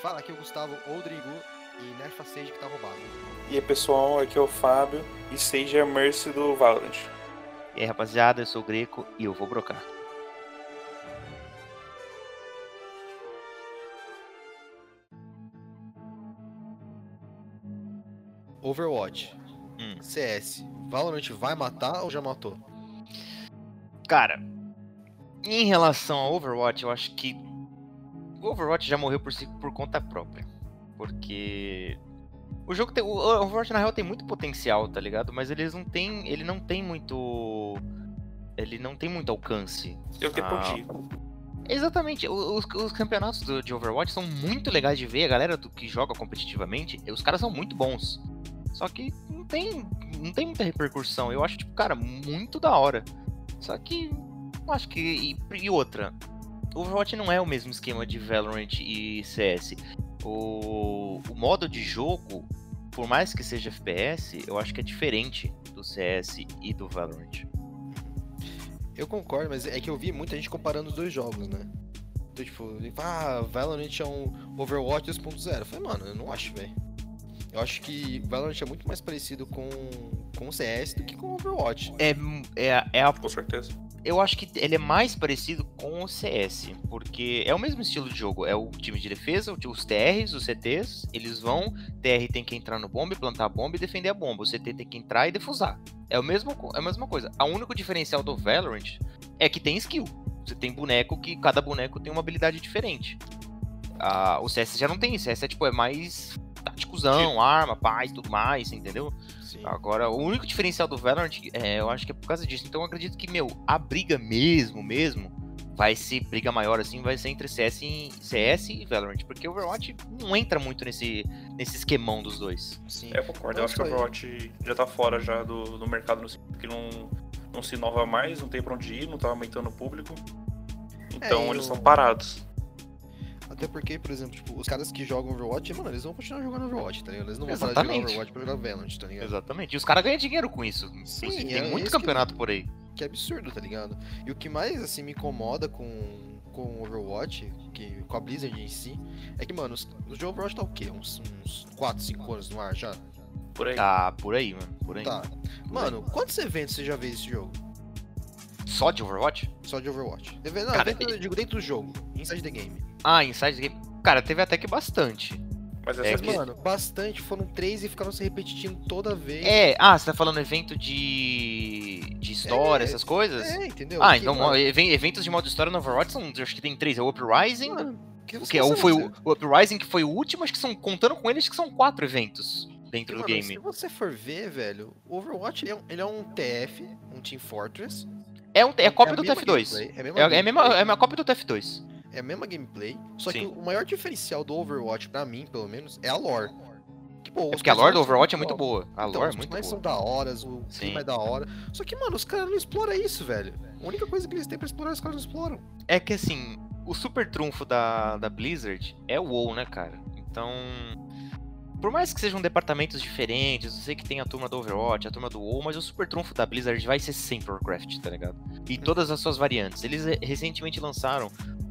Fala, aqui é o Gustavo Rodrigo e nerfa Sage que tá roubado. E aí pessoal, aqui é o Fábio e Sage é a Mercy do Valorant. E aí rapaziada, eu sou o Greco e eu vou brocar. Overwatch, CS, Valorant vai matar ou já matou? Cara, em relação ao Overwatch, eu acho que o Overwatch já morreu por conta própria. Porque o jogo tem, o Overwatch na real tem muito potencial, tá ligado? Mas ele não tem muito alcance. Eu que perdi. Exatamente, os campeonatos de Overwatch são muito legais de ver, a galera que joga competitivamente, os caras são muito bons. Só que não tem muita repercussão. Eu acho, tipo, cara, muito da hora. Só que, eu acho que... E outra, o Overwatch não é o mesmo esquema de Valorant e CS. O modo de jogo, por mais que seja FPS, eu acho que é diferente do CS e do Valorant. Eu concordo, mas é que eu vi muita gente comparando os dois jogos, né? Então, tipo, Valorant é um Overwatch 2.0. Eu falei, mano, eu não acho, velho. Eu acho que Valorant é muito mais parecido com o CS do que com o Overwatch. Com certeza. Eu acho que ele é mais parecido com o CS, porque é o mesmo estilo de jogo. É o time de defesa, os TRs, os CTs, eles vão, TR tem que entrar no bomba, plantar a bomba e defender a bomba. O CT tem que entrar e defusar. É a mesma coisa. O único diferencial do Valorant é que tem skill. Você tem boneco que cada boneco tem uma habilidade diferente. O CS já não tem isso. O CS é mais táticozão, arma, paz, tudo mais, entendeu? Sim. Agora, o único diferencial do Valorant, eu acho que é por causa disso. Então eu acredito que, a briga mesmo, vai ser briga maior assim, vai ser entre CS e Valorant, porque o Overwatch não entra muito nesse esquemão dos dois. Sim. Eu concordo, eu acho que o Overwatch já tá fora já do mercado, no sentido que não se inova mais, não tem pra onde ir, não tá aumentando o público. Então eles estão parados. Até porque, por exemplo, tipo, os caras que jogam Overwatch, mano, eles vão continuar jogando Overwatch, tá ligado? Eles não vão parar de jogar Overwatch pra jogar Valorant, tá ligado? Exatamente. E os caras ganham dinheiro com isso. Sim, tem muito campeonato por aí. Que é absurdo, tá ligado? E o que mais, assim, me incomoda com o Overwatch, com a Blizzard em si, é que, mano, o jogo Overwatch tá o quê? Uns 4, 5 anos no ar já? Por aí. Ah, por aí, mano. Por aí. Tá. Mano, quantos eventos você já fez esse jogo? Só de Overwatch? Só de Overwatch. Não, Cara, evento, eu digo dentro do jogo, inside the game. Inside the game. Cara, teve até que bastante. Mas Mano, bastante, foram 3 e ficaram se repetindo toda vez. Você tá falando evento de história, essas coisas? Entendeu? Então, mano, eventos de modo história no Overwatch são, acho que tem 3, é o Uprising, Mano, o Uprising que foi o último, acho que são, contando com eles, que são 4 eventos dentro do game. Se você for ver, velho, o Overwatch ele é um TF, um Team Fortress. É a cópia do TF2. É a mesma cópia do TF2. É a mesma gameplay, só Sim. que o maior diferencial do Overwatch, pra mim, pelo menos, é a lore. Porque a lore do Overwatch é muito boa. A lore é muito boa. Os são da hora, o clima é da hora. Só que, mano, os caras não exploram isso, velho. A única coisa que eles têm pra explorar, os caras não exploram. É que, assim, o super trunfo da Blizzard é o WoW, né, cara? Então, por mais que sejam departamentos diferentes, eu sei que tem a turma do Overwatch, a turma do WoW, mas o super trunfo da Blizzard vai ser sempre Warcraft, tá ligado? E todas as suas variantes. Eles recentemente lançaram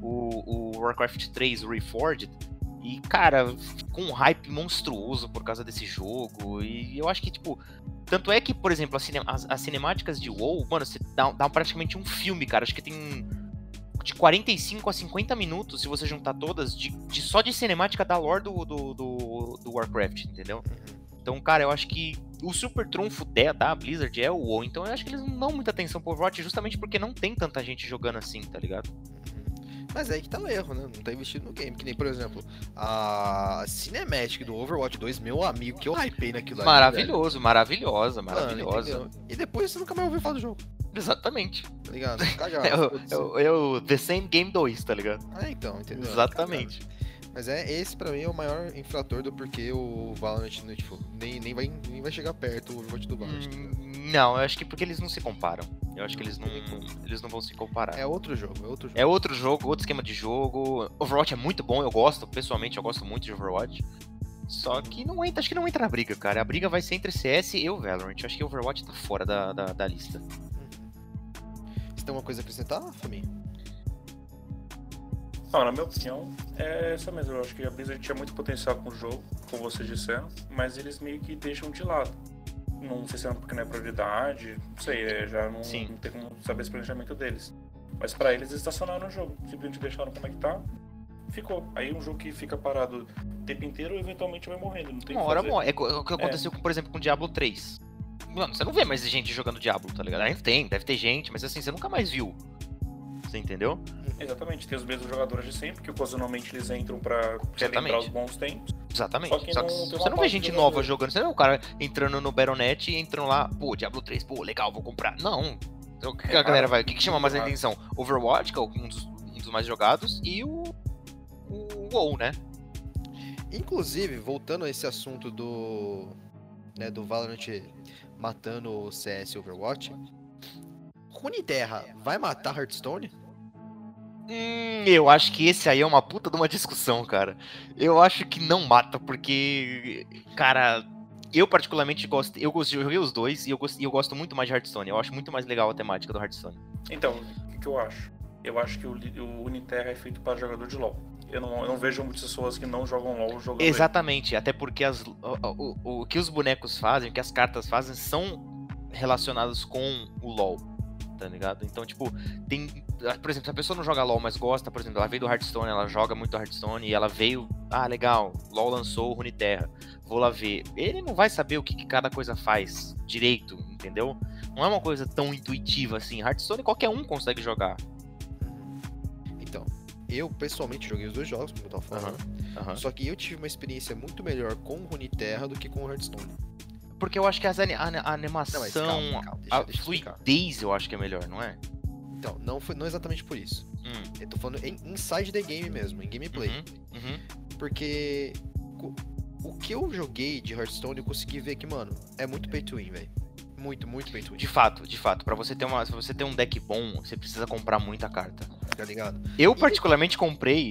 o Warcraft 3 Reforged, e, cara, com um hype monstruoso por causa desse jogo, e eu acho que, tipo, tanto é que, por exemplo, as cinemáticas de WoW, mano, você dá praticamente um filme, cara, acho que tem de 45 a 50 minutos, se você juntar todas, só de cinemática da lore do Warcraft, entendeu? Então, cara, eu acho que o super trunfo da Blizzard é o WoW, então eu acho que eles não dão muita atenção pro Overwatch justamente porque não tem tanta gente jogando assim, tá ligado? Mas é aí que tá o erro, né? Não tá investido no game. Que nem, por exemplo, a Cinematic do Overwatch 2, meu amigo, que eu hypei naquilo ali. Maravilhosa. Mano, e depois você nunca mais ouviu falar do jogo. Exatamente. Tá ligado? É o The Same Game 2, tá ligado? Então, entendeu? Exatamente. Mas esse pra mim é o maior infrator do porquê o Valorant, tipo, nem vai chegar perto o Overwatch do Valorant. Não, eu acho que porque eles não se comparam. Eu acho que eles não vão se comparar. É outro jogo. É outro jogo, outro esquema de jogo. Overwatch é muito bom, pessoalmente eu gosto muito de Overwatch. Só que acho que não entra na briga, cara. A briga vai ser entre CS e o Valorant. Eu acho que o Overwatch tá fora da lista. Você tem uma coisa a acrescentar, Faminho? Não, na minha opinião, é essa mesmo. Eu acho que a Blizzard tinha muito potencial com o jogo, como vocês disseram, mas eles meio que deixam de lado. Não sei se é porque não é prioridade, não sei, já não tem como saber esse planejamento deles. Mas pra eles estacionaram o jogo, simplesmente deixaram como é que tá, ficou. Aí um jogo que fica parado o tempo inteiro, eventualmente vai morrendo, não tem Uma o que hora fazer. morre. É o que aconteceu, por exemplo, com Diablo 3. Mano, você não vê mais gente jogando Diablo, tá ligado? Ainda tem, deve ter gente, mas assim, você nunca mais viu. Você entendeu? Exatamente, tem os mesmos jogadores de sempre, que ocasionalmente eles entram pra relembrar os bons tempos. Exatamente. Só que Só que não tem uma você não vê base gente de nova jogador. jogando. Você não vê o cara entrando no Battle.net e entrando lá, pô, Diablo 3, pô, legal, vou comprar. Não. Então, o que a galera vai. O que chama mais a atenção? Overwatch, que é um dos mais jogados, e o WoW, né? Inclusive, voltando a esse assunto do Valorant matando o CS e Overwatch, Runeterra vai matar Hearthstone? Eu acho que esse aí é uma puta de uma discussão, cara. Eu acho que não mata, porque, cara, eu particularmente gosto. Eu joguei os dois e eu gosto muito mais de Hearthstone. Eu acho muito mais legal a temática do Hearthstone. Então, o que eu acho? Eu acho que o Runeterra é feito para jogador de LoL. Eu não vejo muitas pessoas que não jogam LoL jogando ele. Exatamente, até porque o que os bonecos fazem, o que as cartas fazem, são relacionadas com o LoL, tá ligado? Então, tipo, por exemplo, se a pessoa não joga LoL, mas gosta, por exemplo, ela veio do Hearthstone, ela joga muito Hearthstone, e ela veio, legal, LoL lançou o Runeterra, vou lá ver. Ele não vai saber o que cada coisa faz direito, entendeu? Não é uma coisa tão intuitiva assim. Hearthstone qualquer um consegue jogar. Então, eu pessoalmente joguei os dois jogos, como eu tava falando. Só que eu tive uma experiência muito melhor com o Runeterra do que com o Hearthstone. Porque eu acho que a animação, calma, a deixa eu fluidez eu acho que é melhor, não é? Então, não exatamente por isso. Eu tô falando inside the game mesmo, em gameplay. Porque o que eu joguei de Hearthstone, eu consegui ver que, mano, é muito pay to win, velho. Muito, muito pay to win. De fato. Pra você ter um deck bom, você precisa comprar muita carta. Tá ligado? Eu particularmente comprei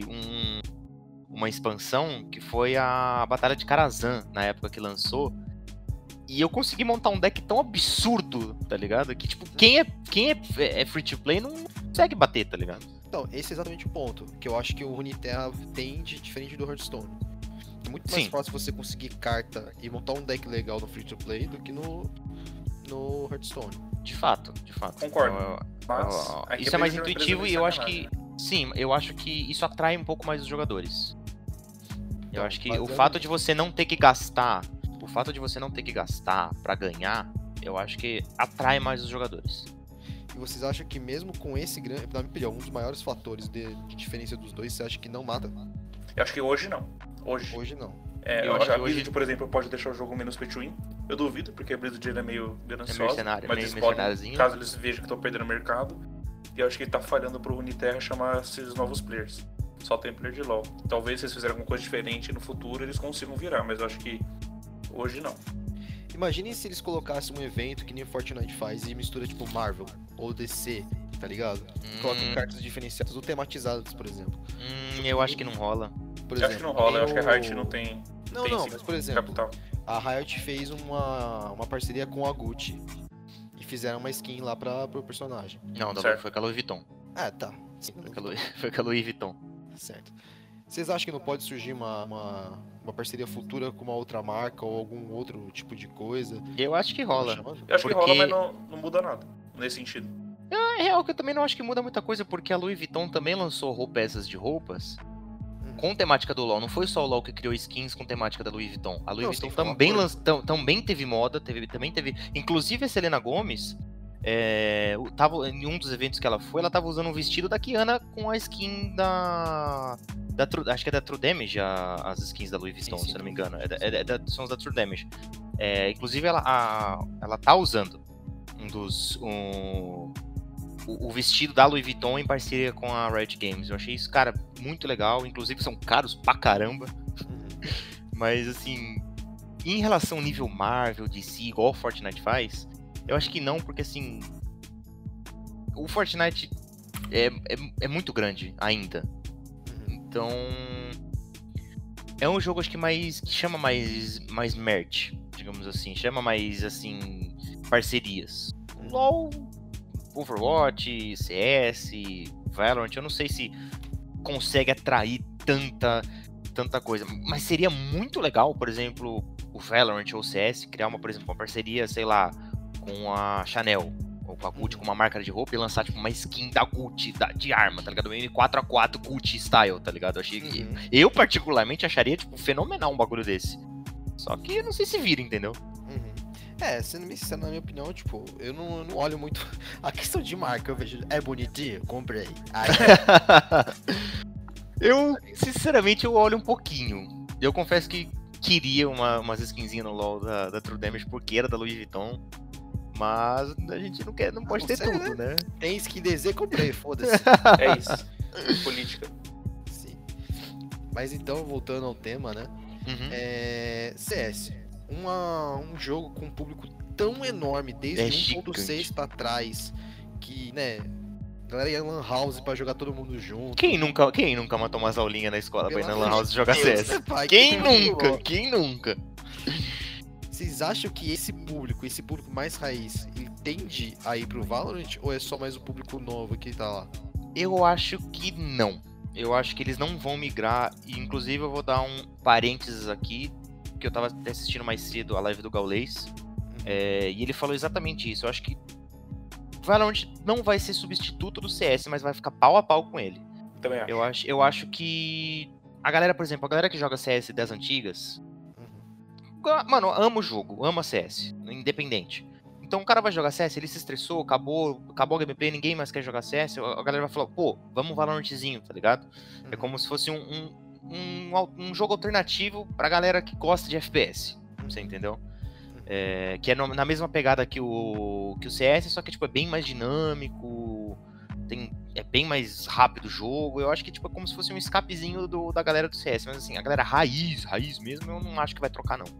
uma expansão que foi a Batalha de Karazhan, na época que lançou. E eu consegui montar um deck tão absurdo, tá ligado? Que, tipo, quem é free to play não consegue bater, tá ligado? Então, esse é exatamente o ponto. Que eu acho que o Runeterra tem de diferente do Hearthstone. É muito mais fácil você conseguir carta e montar um deck legal no free to play do que no Hearthstone. De fato. Concordo. Isso é mais intuitivo e eu acho que... Sim, eu acho que isso atrai um pouco mais os jogadores. Eu acho que o fato de você não ter que gastar... O fato de você não ter que gastar pra ganhar, eu acho que atrai mais os jogadores. E vocês acham que mesmo com esse grande... Na minha opinião, um dos maiores fatores de diferença dos dois, você acha que não mata? Eu acho que hoje não. Hoje não. Eu acho que a Blizzard, por exemplo, pode deixar o jogo menos pay to win. Eu duvido, porque a Blizzard é meio gananciosa. Mas eles podem, caso eles vejam que estão perdendo o mercado. E eu acho que ele tá falhando pro Runeterra chamar esses novos players. Só tem player de LoL. Talvez se eles fizerem alguma coisa diferente no futuro, eles consigam virar. Mas eu acho que hoje não. Imaginem se eles colocassem um evento que nem o Fortnite faz e mistura tipo Marvel ou DC, tá ligado? Colocam cartas diferenciadas ou tematizadas, por exemplo. Eu acho que não rola. Por exemplo, eu acho que não rola, eu acho que a Riot não tem. Não, mas por exemplo, capital. A Riot fez uma parceria com a Gucci e fizeram uma skin lá pro personagem. Não, foi com a Louis Vuitton. Tá. Sim, foi com a Louis Vuitton. Certo. Vocês acham que não pode surgir uma parceria futura com uma outra marca ou algum outro tipo de coisa? Eu acho que rola. Eu acho que rola, mas não muda nada nesse sentido. É real que eu também não acho que muda muita coisa, porque a Louis Vuitton também lançou peças de roupas com temática do LoL. Não foi só o LoL que criou skins com temática da Louis Vuitton. A Louis Vuitton também teve moda, também teve... Inclusive a Selena Gomez, em um dos eventos que ela tava usando um vestido da Kiana com a skin acho que é da True Damage, as skins da Louis Vuitton, se eu não me engano. São as da True Damage. Inclusive ela tá usando o vestido da Louis Vuitton em parceria com a Riot Games. Eu achei isso, cara, muito legal. Inclusive são caros pra caramba. Mas assim, em relação ao nível Marvel, DC, igual o Fortnite faz, eu acho que não, porque assim, o Fortnite é muito grande ainda. Então é um jogo, acho que que chama mais merch, digamos assim, chama mais assim parcerias. LoL, Overwatch, CS, Valorant, eu não sei se consegue atrair tanta coisa. Mas seria muito legal, por exemplo, o Valorant ou o CS criar por exemplo, uma parceria, sei lá, com a Chanel ou com a Gucci, com uma marca de roupa e lançar tipo uma skin da Gucci, de arma, tá ligado? M4A4 Gucci style, tá ligado? Eu achei que eu particularmente acharia tipo fenomenal um bagulho desse. Só que eu não sei se vira, entendeu? Sendo bem sincero, na minha opinião, tipo, eu não olho muito a questão de marca, eu vejo, é bonitinho, comprei. Eu, sinceramente, eu olho um pouquinho. Eu confesso que queria umas skinzinhas no LoL da True Damage porque era da Louis Vuitton, mas a gente não pode ter tudo, né? Tem skin DZ, comprei, foda-se. É isso. Política. Sim. Mas então, voltando ao tema, né? CS. Um jogo com um público tão enorme desde 1.6 pra trás, que, né, a galera ia lan house pra jogar todo mundo junto. Quem nunca matou umas aulinhas na escola pra ir na lan house jogar CS? Né, pai? Quem nunca? Vocês acham que esse público mais raiz, ele tende a ir pro Valorant ou é só mais o público novo que tá lá? Eu acho que não. Eu acho que eles não vão migrar, e inclusive eu vou dar um parênteses aqui, que eu tava até assistindo mais cedo a live do Gaules, e ele falou exatamente isso. Eu acho que Valorant não vai ser substituto do CS, mas vai ficar pau a pau com ele. Também acho. Eu acho que a galera, por exemplo, a galera que joga CS das antigas, mano, ama o jogo, ama CS, independente. Então o cara vai jogar CS, ele se estressou, acabou a gameplay, ninguém mais quer jogar CS, a galera vai falar, pô, vamos um Valorantzinho, tá ligado? É como se fosse um jogo alternativo pra galera que gosta de FPS, você entendeu? Que é na mesma pegada que o CS, só que tipo, é bem mais dinâmico, é bem mais rápido o jogo. Eu acho que tipo, é como se fosse um escapezinho da galera do CS, mas assim, a galera raiz mesmo, eu não acho que vai trocar não.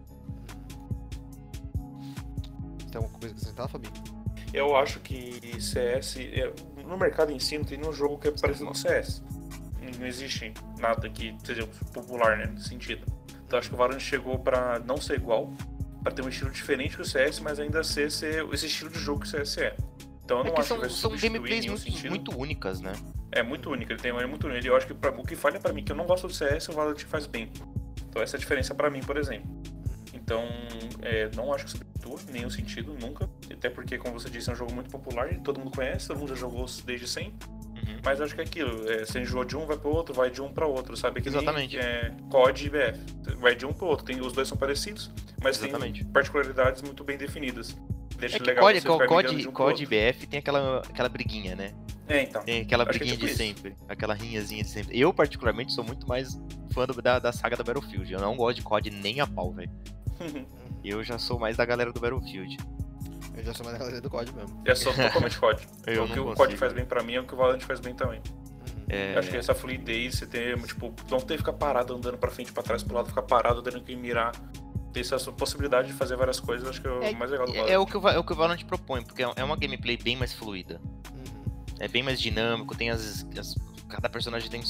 Tem alguma coisa que você tá, Fabinho? Eu acho que CS, no mercado em si, não tem nenhum jogo que é parecido com CS. Não existe nada que seja popular, né, nesse sentido. Então acho que o Valorant chegou pra não ser igual, pra ter um estilo diferente que o CS, mas ainda ser esse estilo de jogo que o CS é. Então eu não acho que vai são gameplays muito únicas, né? É muito única, é muito único. Eu acho que o que falha pra mim, que eu não gosto do CS, o Valorant faz bem. Então essa é a diferença pra mim, por exemplo. Então, não acho que substitua em nenhum sentido, nunca. Até porque, como você disse, é um jogo muito popular e todo mundo conhece, todo mundo já jogou desde sempre. Mas acho que é aquilo, você enjoa de um, vai pro outro, vai de um pra outro, sabe? Que exatamente. COD e BF, vai de um pro outro. Os dois são parecidos, mas exatamente. Tem particularidades muito bem definidas. Deixa legal COD e BF tem aquela briguinha, né? Então. Tem aquela briguinha de sempre, aquela rinhazinha de sempre. Eu, particularmente, sou muito mais fã da saga da Battlefield. Eu não gosto de COD nem a pau, velho. Eu já sou mais da galera do Battlefield. Eu já sou mais da galera do COD mesmo. Eu sou totalmente COD. O que o COD faz bem pra mim é o que o Valorant faz bem também. Acho que essa fluidez, você ter, tipo, não ter que ficar parado andando pra frente, pra trás, pro lado, ficar parado, tendo que mirar. Ter essa possibilidade de fazer várias coisas, acho que é o mais legal do Valorant. É o que o Valorant propõe, porque é uma gameplay bem mais fluida. É bem mais dinâmico, tem cada personagem tem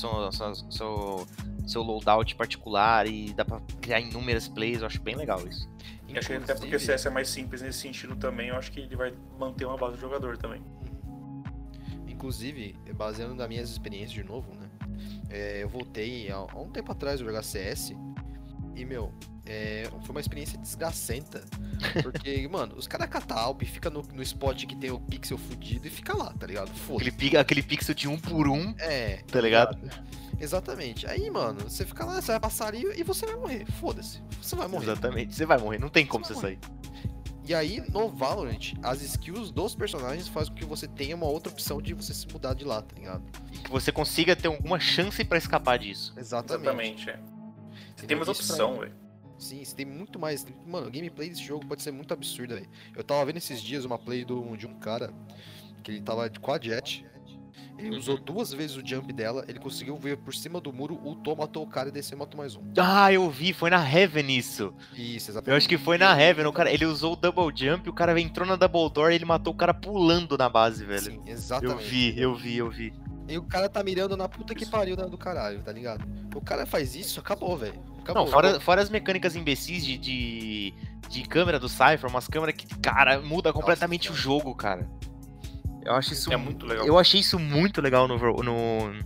seu loadout particular e dá pra criar inúmeras plays, eu acho bem legal isso. E acho que até porque o CS é mais simples nesse sentido também, eu acho que ele vai manter uma base de jogador também. Inclusive, baseando nas minhas experiências de novo, né? Eu voltei há um tempo atrás a jogar CS e, foi uma experiência desgracenta. Porque, mano, os caras catam a Alp e fica no spot que tem o pixel fudido e fica lá, tá ligado? Foda-se. Aquele pixel de 1 por 1, tá ligado? Exatamente. Aí, mano, você fica lá, você vai passar ali e você vai morrer. Foda-se. Você vai morrer. Exatamente. Você vai morrer. Não tem como você sair. E aí, no Valorant, as skills dos personagens fazem com que você tenha uma outra opção de você se mudar de lá, tá ligado? E que você consiga ter alguma chance pra escapar disso. Exatamente. Você tem mais opção, velho. Sim, você tem muito mais. Mano, o gameplay desse jogo pode ser muito absurdo, velho. Eu tava vendo esses dias uma play de um cara que ele tava com a Jet. Ele usou 2 vezes o jump dela, ele conseguiu ver por cima do muro, ultou, matou o cara e desceu e matou mais um. Ah, eu vi, foi na Heaven isso. Isso, exatamente. Eu acho que foi na Heaven, ele usou o double jump, o cara entrou na double door e ele matou o cara pulando na base, velho. Sim, exatamente. Eu vi. E o cara tá mirando na puta que pariu do caralho, tá ligado? O cara faz isso, acabou, velho. Não, fora as mecânicas imbecis de câmera do Cypher, umas câmeras que, cara, muda completamente o jogo, cara. Eu acho isso muito legal. Eu achei isso muito legal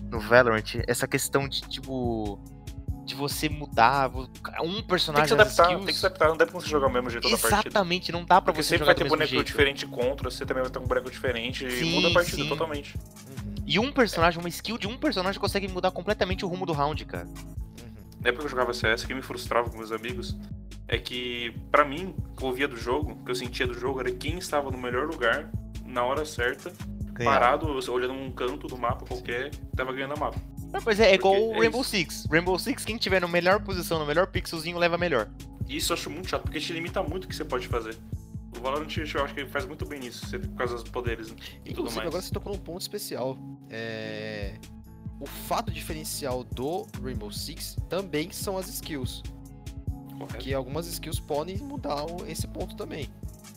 no Valorant, essa questão de, tipo, de você mudar um personagem tem que se adaptar, skills. tem que se adaptar, não dá pra você jogar o mesmo jeito toda a partida. Exatamente, não dá pra Porque você sempre jogar vai ter do mesmo boneco jeito. diferente contra, você também vai ter um boneco diferente e muda a partida totalmente. E um personagem, uma skill de um personagem consegue mudar completamente o rumo do round, cara. Na época que eu jogava CS, o que me frustrava com meus amigos é que, pra mim, o que eu ouvia do jogo, o que eu sentia do jogo era quem estava no melhor lugar, na hora certa, parado, olhando um canto do mapa qualquer, tava ganhando a mapa. Pois é igual o Rainbow Six. Rainbow Six, quem tiver na melhor posição, no melhor pixelzinho, leva melhor. Isso eu acho muito chato, porque te limita muito o que você pode fazer. O Valorant, eu acho que ele faz muito bem nisso, por causa dos poderes e tudo mais. Agora você tocou num ponto especial. O fato diferencial do Rainbow Six também são as skills. Correto. Que algumas skills podem mudar esse ponto também.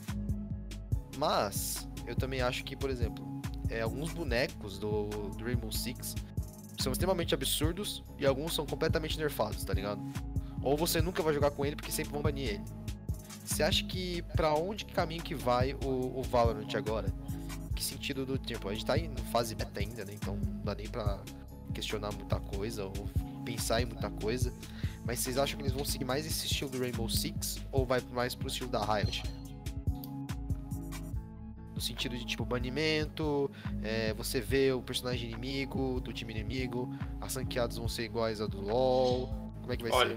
Mas, eu também acho que, por exemplo, alguns bonecos do Rainbow Six são extremamente absurdos e alguns são completamente nerfados, tá ligado? Ou você nunca vai jogar com ele porque sempre vão banir ele. Você acha que pra onde caminho que vai o Valorant agora? Que sentido do tempo? A gente tá em fase beta ainda, né? Então não dá nem pra questionar muita coisa ou pensar em muita coisa. Mas vocês acham que eles vão seguir mais esse estilo do Rainbow Six ou vai mais pro estilo da Riot? No sentido de tipo banimento, você vê o personagem inimigo, do time inimigo, as ranqueadas vão ser iguais a do LoL. Como é que vai ser?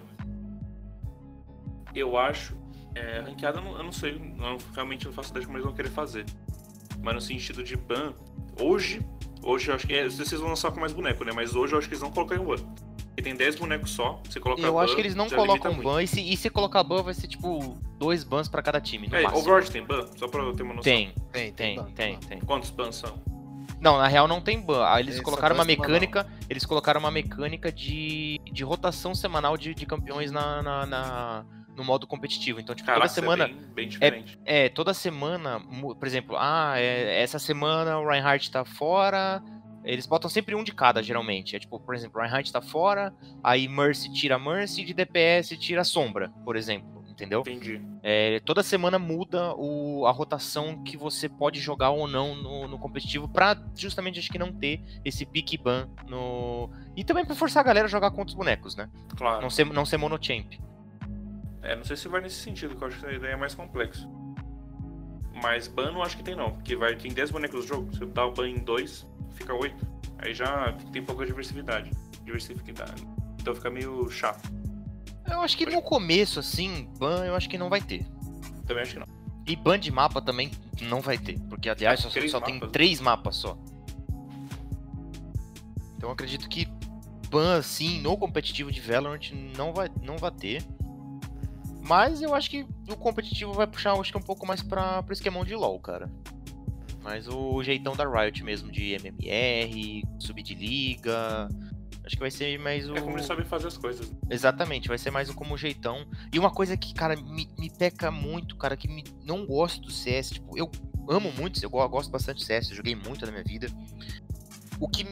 Eu acho. Ranqueada eu não sei, realmente não faço ideia de como eles vão querer fazer. Mas no sentido de ban, hoje eu acho que vocês vão lançar com mais boneco, né? Mas hoje eu acho que eles vão colocar em ban. Porque tem 10 bonecos só, você coloca ban. Eu acho que eles não colocam ban, e se colocar ban vai ser tipo 2 bans pra cada time, no máximo. Overwatch tem ban? Só pra eu ter uma noção. Tem. Quantos bans são? Não, na real não tem ban. Aí eles colocaram uma mecânica. Eles colocaram uma mecânica de rotação semanal de campeões no modo competitivo. Então, tipo, toda semana. Bem diferente. Toda semana, por exemplo, essa semana o Reinhardt tá fora. Eles botam sempre um de cada, geralmente. É tipo, por exemplo, o Reinhardt tá fora, aí Mercy tira Mercy, de DPS tira Sombra, por exemplo. Entendeu? Entendi. Toda semana muda a rotação que você pode jogar ou não no competitivo, pra justamente acho que não ter esse pick ban no. E também pra forçar a galera a jogar contra os bonecos, né? Claro. Não ser monochamp. Não sei se vai nesse sentido, que eu acho que a ideia é mais complexa. Mas ban não acho que tem não, porque tem 10 bonecos no jogo, se eu dar o ban em 2, fica 8. Aí já tem pouca diversidade. Então fica meio chato. Eu acho que no começo, assim, ban eu acho que não vai ter. Também acho que não. E ban de mapa também não vai ter, porque aliás só tem 3 mapas só. Então eu acredito que ban, assim, no competitivo de Valorant não vai ter. Mas eu acho que o competitivo vai puxar, acho que um pouco mais pro esquemão de LoL, cara. Mas o jeitão da Riot mesmo, de MMR, subir de liga. Acho que vai ser mais o... como eles sabem fazer as coisas. Exatamente, vai ser mais como jeitão. E uma coisa que, cara, me peca muito, cara, que não gosto do CS. Tipo, eu amo muito, eu gosto bastante do CS, eu joguei muito na minha vida. O que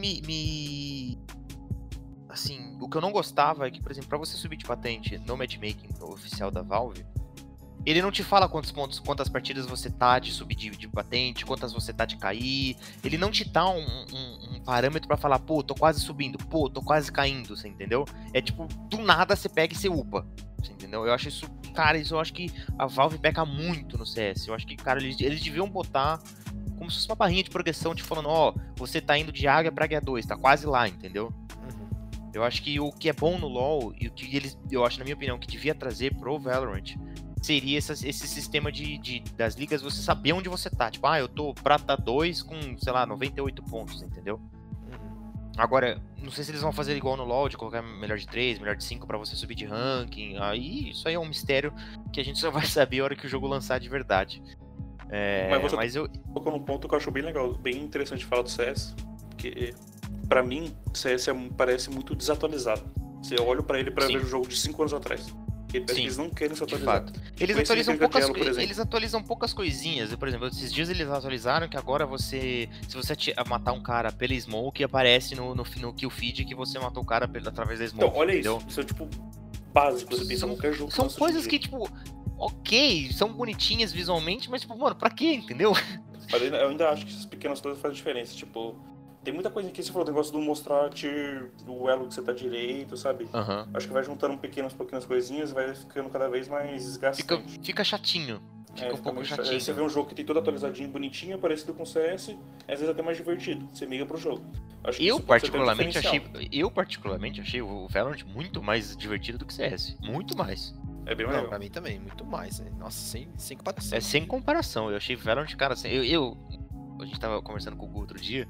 assim, o que eu não gostava é que, por exemplo, pra você subir de patente no matchmaking oficial da Valve, ele não te fala quantas partidas você tá de subir de patente, quantas você tá de cair. Ele não te dá um parâmetro pra falar, pô, tô quase subindo, pô, tô quase caindo, você entendeu? É tipo, do nada você pega e você upa, você entendeu? Eu acho isso, cara, eu acho que a Valve peca muito no CS. Eu acho que, cara, eles deviam botar como se fosse uma barrinha de progressão, te falando, ó, você tá indo de águia pra águia 2, tá quase lá, entendeu? Eu acho que o que é bom no LoL, e o que eu acho, na minha opinião, que devia trazer pro Valorant, seria esse sistema das ligas, você saber onde você tá. Tipo, eu tô prata 2 com, sei lá, 98 pontos, entendeu? Agora, não sei se eles vão fazer igual no LoL, de colocar melhor de 3, melhor de 5 pra você subir de ranking. Isso aí é um mistério que a gente só vai saber a hora que o jogo lançar de verdade. Mas eu tocou num ponto que eu acho bem legal, bem interessante falar do CS, porque pra mim, o CS parece muito desatualizado. Você olha pra ele pra ver o jogo de 5 anos atrás. Eles não querem se atualizar. Eles atualizam poucas coisinhas. Por exemplo, esses dias eles atualizaram que agora se você matar um cara pela smoke, aparece no kill feed que você matou o cara através da smoke. Então, olha isso. Isso é tipo básico, você pensa em qualquer jogo. São coisas que, tipo, ok, são bonitinhas visualmente, mas, tipo, mano, pra quê, entendeu? Eu ainda acho que essas pequenas coisas fazem diferença. Tipo, Tem muita coisa que você falou, o negócio do mostrar o elo que você tá direito, sabe? Acho que vai juntando pequenas coisinhas e vai ficando cada vez mais desgastante. Fica chatinho. Fica um pouco chatinho. Aí você vê um jogo que tem todo atualizadinho, bonitinho, parecido com o CS, às vezes até mais divertido. Você migra pro jogo. Eu particularmente achei o Valorant muito mais divertido do que o CS. Muito mais. É bem legal. Pra mim também, muito mais, né? Nossa, sem comparação. É sem comparação. Eu achei Valorant, cara, assim, a gente tava conversando com o Gu outro dia.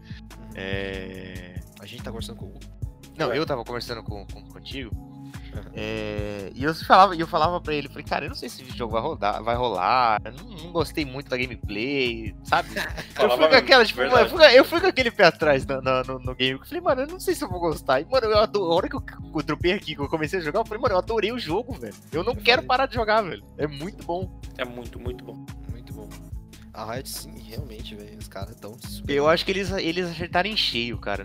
A gente tá conversando com o Gu? Não, eu tava conversando contigo. E eu falava pra ele, falei, cara, eu não sei se esse jogo vai rolar, não gostei muito da gameplay, sabe? Eu fui com aquela, tipo, eu fui com aquele pé atrás no game, eu falei, mano, eu não sei se eu vou gostar. E, mano, a hora que eu dropei aqui, que eu comecei a jogar, eu falei, mano, eu adorei o jogo, velho. Eu não quero parar de jogar, velho. É muito bom. É muito, muito bom. Muito bom. A Riot, sim, realmente, velho, os caras tão... Eu acho que eles acertaram em cheio, cara,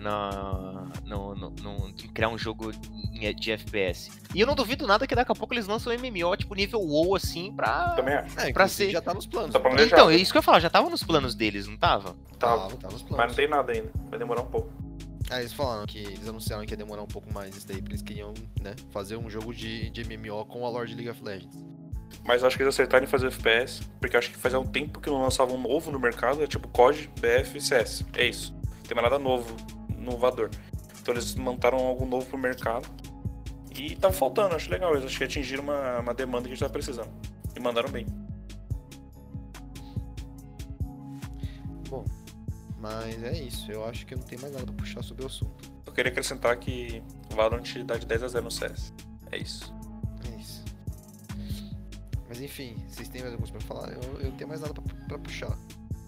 em criar um jogo de FPS. E eu não duvido nada que daqui a pouco eles lançam um MMO, tipo, nível WoW, assim, pra... Também acho. Pra ser... já tá nos planos. Tá planejado. Então, é isso que eu ia falar, já tava nos planos deles, não tava? Tava nos planos. Mas não tem nada ainda, vai demorar um pouco. Eles falaram que eles anunciaram que ia demorar um pouco mais isso daí, porque eles queriam, né, fazer um jogo de MMO com a lore de League of Legends. Mas acho que eles acertaram em fazer FPS, porque acho que fazia um tempo que não lançavam um novo no mercado, é tipo COD, BF e CS. É isso. Não tem mais nada novo, inovador. Então eles montaram algo novo pro mercado. E tava faltando, acho legal. Eles acho que atingiram uma demanda que a gente tava precisando. E mandaram bem. Bom, mas é isso. Eu acho que não tem mais nada pra puxar sobre o assunto. Eu queria acrescentar que o Valorant dá de 10-0 no CS. É isso. Mas enfim, vocês têm mais alguma coisa pra falar? Eu não tenho mais nada pra puxar.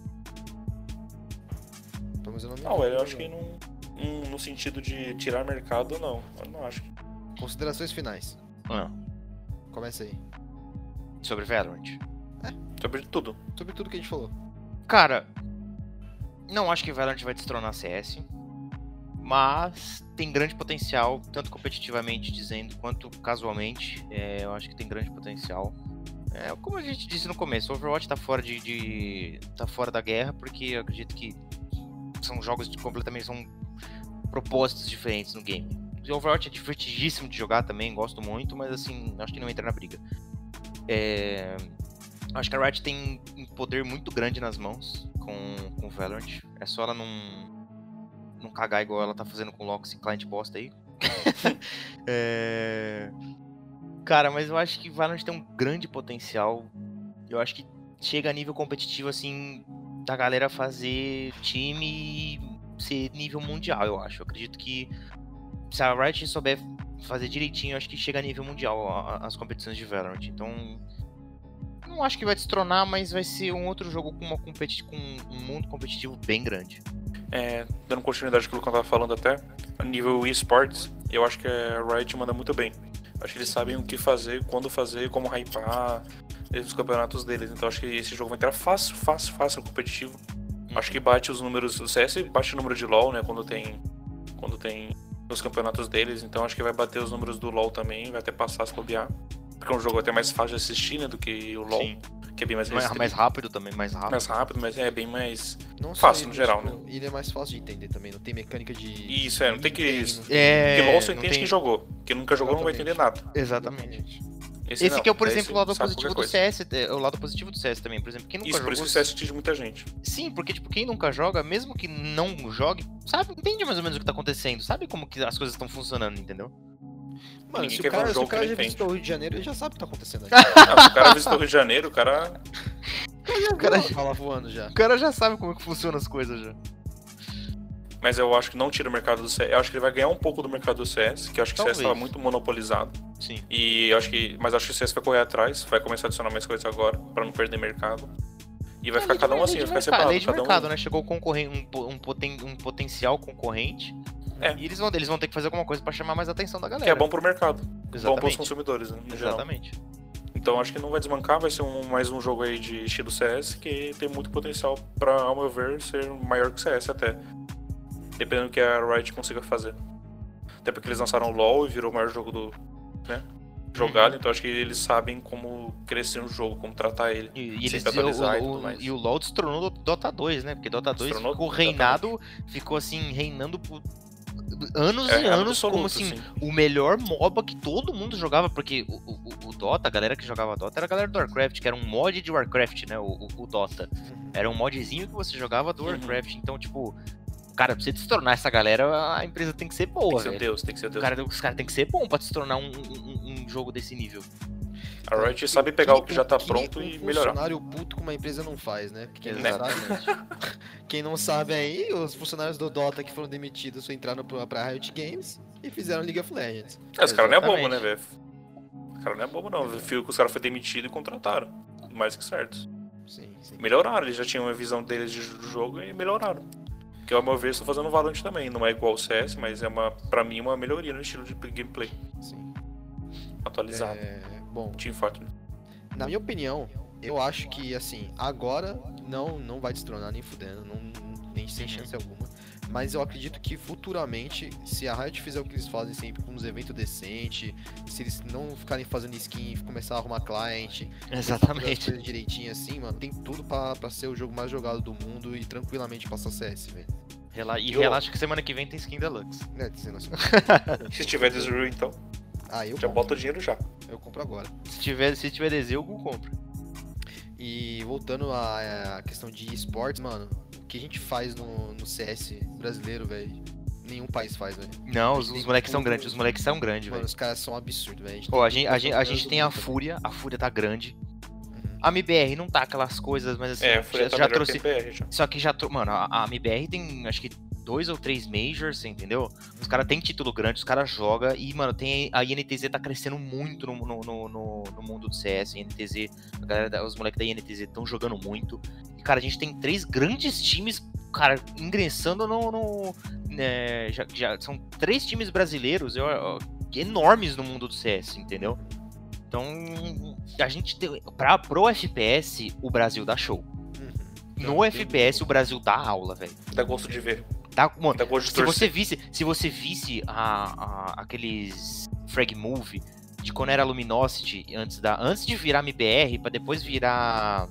Pelo menos eu não eu acho que no sentido de tirar mercado, não. Eu não acho. Considerações finais. Começa aí. Sobre Valorant? Sobre tudo. Sobre tudo que a gente falou. Cara, não acho que Valorant vai destronar CS. Mas tem grande potencial, tanto competitivamente dizendo, quanto casualmente. Eu acho que tem grande potencial. Como a gente disse no começo, o Overwatch tá fora tá fora da guerra, porque eu acredito que são jogos completamente, são propósitos diferentes no game. O Overwatch é divertidíssimo de jogar também, gosto muito, mas assim, acho que não entra na briga. Acho que a Riot tem um poder muito grande nas mãos com o Valorant. É só ela não cagar igual ela tá fazendo com o LoL, esse client bosta aí. Cara, mas eu acho que Valorant tem um grande potencial. Eu acho que chega a nível competitivo, assim, da galera fazer time e ser nível mundial, eu acho. Eu acredito que se a Riot souber fazer direitinho, eu acho que chega a nível mundial as competições de Valorant. Então, não acho que vai destronar, mas vai ser um outro jogo com um mundo competitivo bem grande. Dando continuidade àquilo que eu tava falando até, a nível eSports, eu acho que a Riot manda muito bem. Acho que eles sabem o que fazer, quando fazer, como hypar os campeonatos deles. Então acho que esse jogo vai entrar fácil no competitivo. Acho que bate os números, o CS bate o número de LoL, né, quando tem nos campeonatos deles. Então acho que vai bater os números do LoL também, vai até passar se bobear. Porque é um jogo até mais fácil de assistir, né, do que o LoL. Sim. Que é bem mais restrito. Mais rápido também, mais rápido, mas é bem mais não fácil no geral, tipo, né? Ele é mais fácil de entender também, não tem mecânica de... Isso, não tem que... Porque LoL só entende quem jogou. Quem nunca jogou não vai entender nada. Exatamente. Esse que é, por exemplo, o lado positivo do CS, o lado positivo do CS também, por exemplo, quem nunca jogou... Por isso que o CS atinge muita gente. Sim, porque, tipo, quem nunca joga, mesmo que não jogue, sabe, entende mais ou menos o que tá acontecendo, sabe como que as coisas estão funcionando, entendeu? Mano, se o cara já visitou o Rio de Janeiro, ele já sabe o que tá acontecendo aqui. Se o cara visitou o Rio de Janeiro, o cara tá lá voando já. O cara já sabe como que funcionam as coisas já. Mas eu acho que não tira o mercado do CS. Eu acho que ele vai ganhar um pouco do mercado do CS, que eu acho que o CS estava muito monopolizado. Sim. Mas acho que o CS vai correr atrás, vai começar a adicionar mais coisas agora, pra não perder mercado. E vai ficar cada um assim, vai ficar separado. Lei de mercado, né? Chegou um potencial concorrente. E eles vão ter que fazer alguma coisa pra chamar mais a atenção da galera. Que é bom pro mercado. Exatamente. Bom pros consumidores, né? Exatamente. Geral. Então acho que não vai desmancar, vai ser mais um jogo aí de estilo CS que tem muito potencial pra, ao meu ver, ser maior que o CS até. Dependendo do que a Riot consiga fazer. Até porque eles lançaram o LoL e virou o maior jogo do... né? jogado, então acho que eles sabem como crescer no jogo, como tratar ele. E eles atualizar e tudo mais. E o LoL destronou o Dota 2, né? Porque Dota 2 ficou reinado, ficou assim, reinando por anos e anos absoluto, como assim, sim. o melhor MOBA que todo mundo jogava, porque o Dota, a galera que jogava Dota era a galera do Warcraft, que era um mod de Warcraft, né? O Dota. Era um modzinho que você jogava do Warcraft. Então, tipo, cara, pra você destronar essa galera, a empresa tem que ser boa, velho. Tem que ser Deus. Os caras tem que ser bom pra destronar um jogo desse nível. A Riot sabe pegar o que já tá pronto e melhorar. Um funcionário puto com uma empresa não faz, né? Porque quem não sabe aí, os funcionários do Dota que foram demitidos entraram pra Riot Games e fizeram League of Legends. Os caras não é bobo, né, velho? Os caras não é bobo, não. Viu que os caras foram demitidos e contrataram. Mais que certo. Sim. Melhoraram, eles já tinham uma visão deles de jogo e melhoraram. Que ao meu ver, estou fazendo Valorant também. Não é igual o CS, mas é pra mim uma melhoria no estilo de gameplay. Sim. Atualizado. Bom, Team Fortress. Na minha opinião, eu acho que, assim, agora não vai destronar nem fudendo, nem sem chance alguma. Mas eu acredito que futuramente, se a Riot fizer o que eles fazem sempre, com uns eventos decentes, se eles não ficarem fazendo skin, começar a arrumar client, exatamente, direitinho assim, mano, tem tudo pra ser o jogo mais jogado do mundo e tranquilamente passar CS, velho. Relaxa que semana que vem tem skin Deluxe. Dizendo assim. Se tiver Desreal, então. Eu já bota o dinheiro já. Eu compro agora. Se tiver Desreal, eu compro. E voltando à questão de esportes, mano, o que a gente faz no CS brasileiro, velho, nenhum país faz, velho. Não, os moleques são grandes, velho. Mano, os caras são absurdos, velho. A gente tem a Fúria tá grande. A MBR não tá aquelas coisas, mas assim, a Fúria já trouxe. MBR, já. Só que mano, a MBR tem, acho que 2 ou 3 majors, entendeu? Os caras têm título grande, os caras jogam e, mano, a INTZ tá crescendo muito no mundo do CS. A INTZ, os moleques da INTZ estão jogando muito. E, cara, a gente tem 3 grandes times, cara, ingressando já são 3 times brasileiros enormes no mundo do CS, entendeu? Então, a gente tem. Pro FPS, o Brasil dá show. No FPS, o Brasil dá aula, velho. Dá gosto de ver. Mano, se você visse aqueles frag move de quando era Luminosity, antes de virar MBR, pra depois virar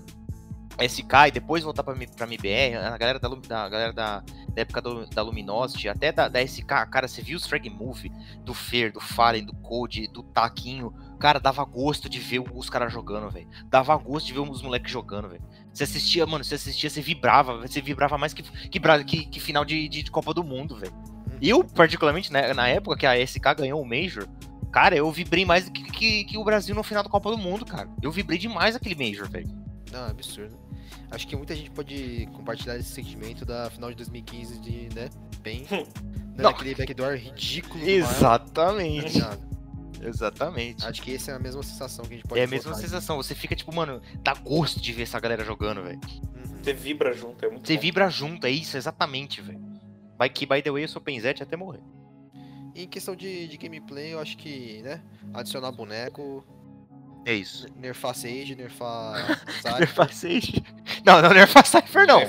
SK e depois voltar pra MBR, a galera da época da Luminosity, até da SK, cara, você viu os frag move do Fer, do Fallen, do Code, do Taquinho, cara, dava gosto de ver os caras jogando, velho. Dava gosto de ver os moleques jogando, velho. Você assistia, você vibrava mais que final de Copa do Mundo, velho. Eu, particularmente, né, na época que a SK ganhou o Major, cara, eu vibrei mais do que o Brasil no final da Copa do Mundo, cara. Eu vibrei demais aquele Major, velho. Não, é absurdo. Acho que muita gente pode compartilhar esse sentimento da final de 2015 de, né, bem... Daquele backdoor ridículo. Exatamente. Exatamente. Acho que essa é a mesma sensação que a gente pode É a mesma sensação. Você fica tipo, mano, dá gosto de ver essa galera jogando, velho. Você vibra junto, é muito Você bom. vibra junto, é isso, exatamente, velho. By the way, eu sou Penzete até morrer. E em questão de gameplay, eu acho que, né, adicionar boneco... É isso. Nerfar Sage, nerfar Cypher. Nerfar Sage? Não, nerfar Cypher não.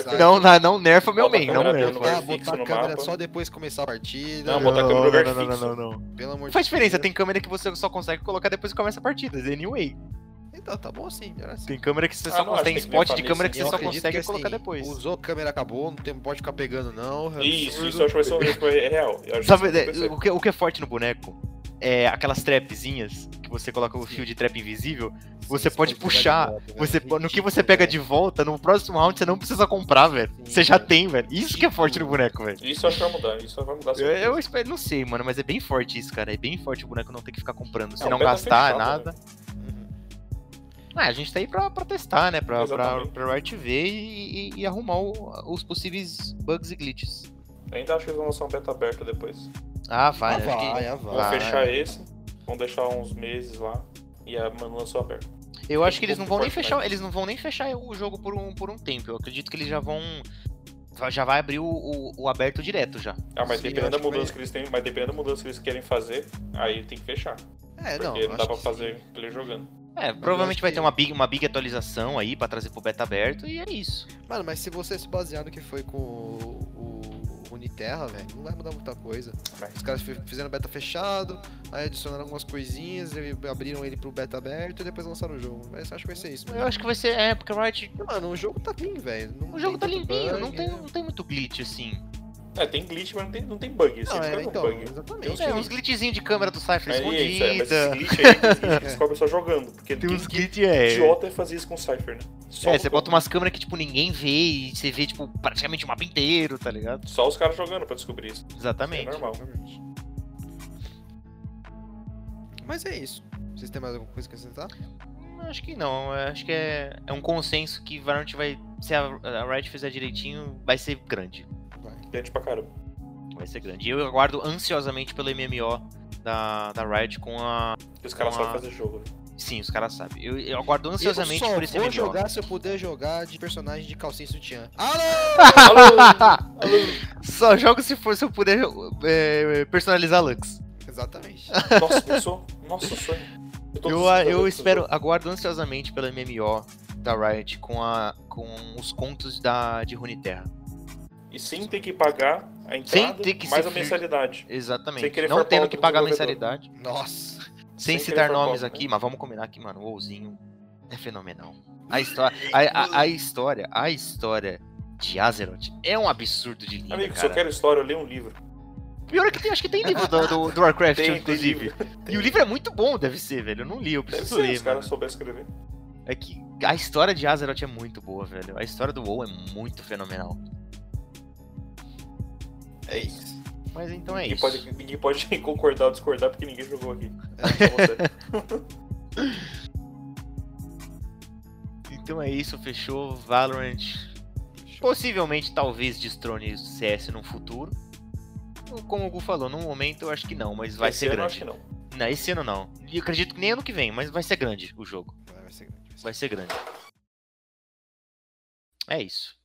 Não nerfa meu main, não nerfa. Botar a câmera só depois que começar a partida. Não, botar a câmera no lugar fixo. Não. Pelo amor de Deus. Faz diferença, tem câmera que você só consegue colocar depois que começa a partida, anyway. Então, tá bom assim, assim. Tem câmera que você só consegue, tem spot de câmera que você só consegue colocar depois. Usou a câmera, acabou, não pode ficar pegando não. Isso, eu acho que vai ser real. Sabe, o que é forte no boneco? É aquelas trapzinhas que você coloca o fio de trap invisível, você pode puxar, no que você pega de volta, no próximo round você não precisa comprar, velho. Você já tem, velho. Isso que é forte no boneco, velho. Isso eu acho que vai mudar, isso vai mudar. Eu espero, não sei, mano, mas é bem forte isso, cara. É bem forte o boneco não ter que ficar comprando, se não gastar nada. A gente tá aí pra testar, né? Pra Riot ver e arrumar os possíveis bugs e glitches. Ainda acho que eles vão lançar um beta aberto depois. Vai. Vão fechar esse, vão deixar uns meses lá e lançou aberto. Eu acho que eles não vão nem fechar, o jogo por um tempo. Eu acredito que eles já vai abrir o aberto direto já. Mas dependendo da mudança que eles têm, dependendo da mudança que eles querem fazer, aí tem que fechar. Porque não dá pra fazer ele jogando. Provavelmente vai ter uma big atualização aí pra trazer pro beta aberto e é isso. Mano, mas se você se basear no que foi com o Runeterra, velho, não vai mudar muita coisa. Os caras fizeram beta fechado, aí adicionaram algumas coisinhas, abriram ele pro beta aberto e depois lançaram o jogo. Mas acho que vai ser isso. Eu acho que vai ser, porque a Riot... Mano, o jogo tá clean, velho. O jogo tá limpinho, não tem muito glitch, assim. Tem glitch, mas não tem bug. Então, bug. exatamente. Uns glitchzinhos de câmera do Cypher escondida. Mas esse glitch aí, que descobre só jogando. Porque tem uns glitch, idiota fazer isso com o Cypher, né? Você bota umas câmeras que, tipo, ninguém vê e você vê, tipo, praticamente o mapa inteiro, tá ligado? Só os caras jogando pra descobrir isso. Exatamente. É normal. Mas é isso. Vocês têm mais alguma coisa que acrescentar? Acho que não. Acho que é um consenso que Valorant vai... Se a Riot fizer direitinho, vai ser grande. Grande pra caramba. Vai ser grande. E eu aguardo ansiosamente pelo MMO da Riot com a... Os caras sabem fazer jogo. Sim, os caras sabem. Eu aguardo ansiosamente por esse MMO. Eu só vou jogar se eu puder jogar de personagem de calcinha e sutiã. Alô! Só jogo se eu puder personalizar Lux. Exatamente. Nossa, pensou? Nossa, sonho. Eu aguardo ansiosamente pelo MMO da Riot com os contos de Runeterra. E sem ter que pagar a entrada, mais a mensalidade. Exatamente. Não tendo que pagar a mensalidade. Nossa. Sem citar nomes aqui, mas vamos combinar aqui, mano. O WoWzinho é fenomenal. A história de Azeroth é um absurdo de linda, Amigo, cara. se eu quero história, eu leio um livro. Pior é que acho que tem livro do Warcraft, inclusive. E o livro é muito bom, deve ser, velho. Eu não li, eu preciso ler, se os caras souberem escrever. É que a história de Azeroth é muito boa, velho. A história do WoW é muito fenomenal. É isso. Mas então é isso. Ninguém pode concordar ou discordar porque ninguém jogou aqui. Só você. Então é isso, fechou. Valorant. Possivelmente, talvez, destrone o CS no futuro. Como o Gu falou, no momento eu acho que não, mas vai ser grande. Eu acho que não. Não, esse ano não. E eu acredito que nem ano que vem, mas vai ser grande o jogo. Vai ser grande. Vai ser grande. É isso.